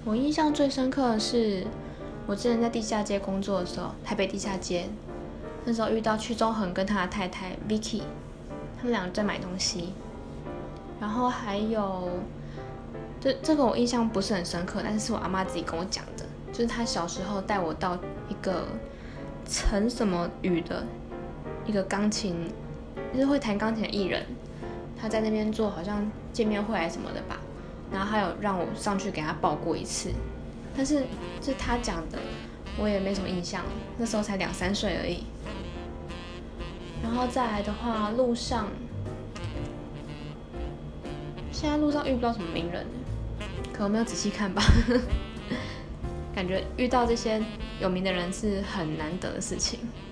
我印象最深刻的是，我之前在地下街工作的时候，台北地下街，那时候遇到屈中恒跟他的太太 Vicky， 他们两个在买东西，然后还有这个我印象不是很深刻，但是我阿妈自己跟我讲的，就是她小时候带我到一个陈什么宇的一个钢琴，就是会弹钢琴的艺人，他在那边做好像见面会还是什么的吧，然后还有让我上去给他报过一次，但是是他讲的，我也没什么印象，那时候才2、3岁而已。然后再来的话，路上，现在路上遇不到什么名人，可能没有仔细看吧，感觉遇到这些有名的人是很难得的事情。